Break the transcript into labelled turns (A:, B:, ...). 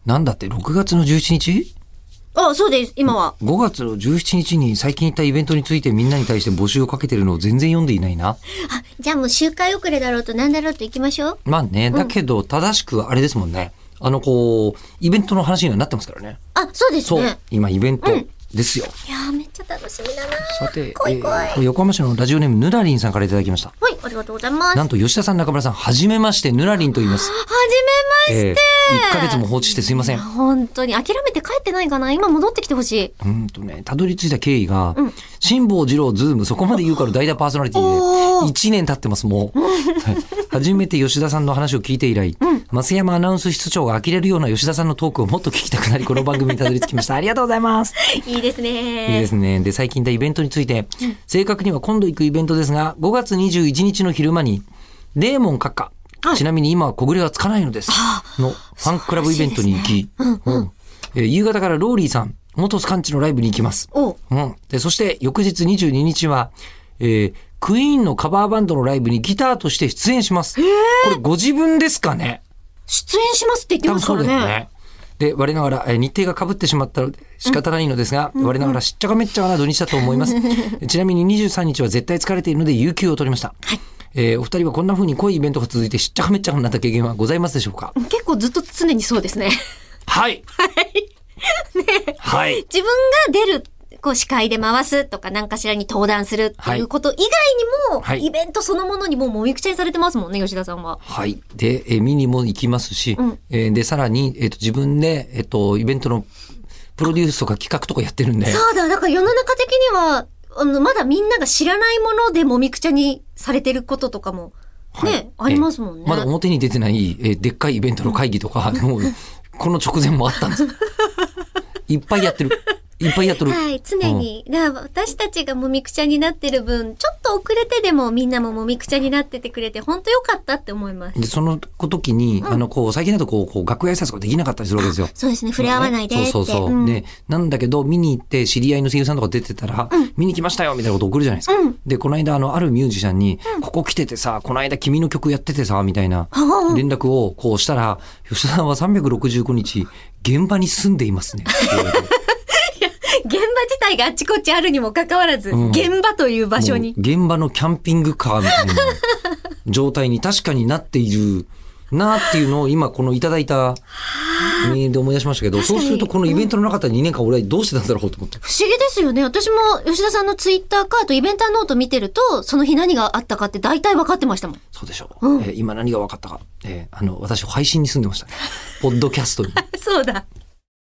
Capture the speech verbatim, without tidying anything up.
A: なんだってろくがつのじゅうしちにち？
B: あ、そうです、今は。
A: ごがつのじゅうしちにちに最近行ったイベントについてみんなに対して募集をかけてるのを全然読んでいないな。
B: あ、じゃあもう周回遅れだろうとなんだろうと行きましょう。
A: まあね、だけど正しくあれですもんね。あのこう、イベントの話にはなってますからね。
B: あ、そうですね。
A: そう、今イベントですよ。
B: いやー、めっちゃ楽しみだな。
A: さて、
B: 怖い怖い。
A: えー横浜市のラジオネームぬらりんさんからいただきました。
B: はい、ありがとうございます。
A: なんと吉田さん、中村さん、はじめまして、ぬらりんと言います。
B: はじめまして。
A: えー、いっかげつも放置してすいません。
B: 本当に諦めて帰ってないかな。今戻ってきてほしい。
A: うんとね、たどり着いた経緯が、
B: うん、
A: 辛坊治郎ズームそこまで言うから代打パーソナリティでいちねん経ってますもう。初めて吉田さんの話を聞いて以来、うん、増山アナウンス室長が呆れるような吉田さんのトークをもっと聞きたくなり、この番組にたどり着きました。ありがとうございます。
B: いいですね。
A: いいですね。で、最近行ったイベントについて、うん、正確には今度行くイベントですが、ごがつにじゅういちにちの昼間にデーモン閣下、はい、ちなみに今は小暮がつかないのですのファンクラブイベントに行き、うんうんえー、夕方からローリーさん元スカンチのライブに行きます。お、うん、でそして翌日にじゅうににちは、えー、クイーンのカバーバンドのライブにギターとして出演します。これご自分ですかね？
B: 出演しますって言ってますからね。多分そうだよね。
A: で我ながら、えー、日程が被ってしまったので仕方ないのですが、うん、我ながらしっちゃかめっちゃかな土日だと思います。ちなみににじゅうさんにちは絶対疲れているので有給を取りました。はい。えー、お二人はこんな風に濃いイベントが続いてしっちゃかめっちゃかになった経験はございますでしょうか？
B: 結構ずっと常にそうですね。
A: はい。
B: はい。ね、はい。自分が出る、こう司会で回すとか何かしらに登壇するっていうこと以外にも、はい、イベントそのものにもうもみくちゃにされてますもんね、吉田さんは。
A: はい。で、えー、見にも行きますし、うんえー、で、さらに、えっと、自分で、えっと、イベントのプロデュースとか企画とかやってるんで。
B: そうだ、だから世の中的には、あの、まだみんなが知らないものでもみくちゃにされてることとかも、ね、はい、ありますもんね。
A: まだ表に出てない、えー、でっかいイベントの会議とか、もうこの直前もあったんです。いっぱいやってる。いっぱいやってる。
B: はい、常に。うん、だから私たちがもみくちゃになってる分、ちょっと遅れてでもみんなももみくちゃになっててくれて、本当良かったって思います。
A: で、その時に、うん、あの、こう、最近だとこう、こう楽屋挨拶ができなかったりするわけですよ。
B: そうですね、触れ合わないでって。
A: そうそうそう。うん、で、なんだけど、見に行って、知り合いの声優さんとか出てたら、うん、見に来ましたよみたいなこと送るじゃないですか。うん、で、この間、あの、あるミュージシャンに、うん、ここ来ててさ、この間君の曲やっててさ、みたいな連絡をこうしたら、吉田さんはさんびゃくろくじゅうごにち、現場に住んでいますね。
B: 現場自体があっちこっちあるにもかかわらず、うん、現場という場所に。
A: 現場のキャンピングカーみたいな状態に確かになっているなっていうのを今このいただいたメールで思い出しましたけど、そうするとこのイベントの中でにねんかん俺はどうしてたんだろうと思って。
B: 不思議ですよね。私も吉田さんのツイッターかあとイベンターノート見てると、その日何があったかって大体分かってましたもん。
A: そうでしょう。うん、えー、今何が分かったか。えー、あの、私配信に住んでましたね。ポッドキャストに。
B: そうだ。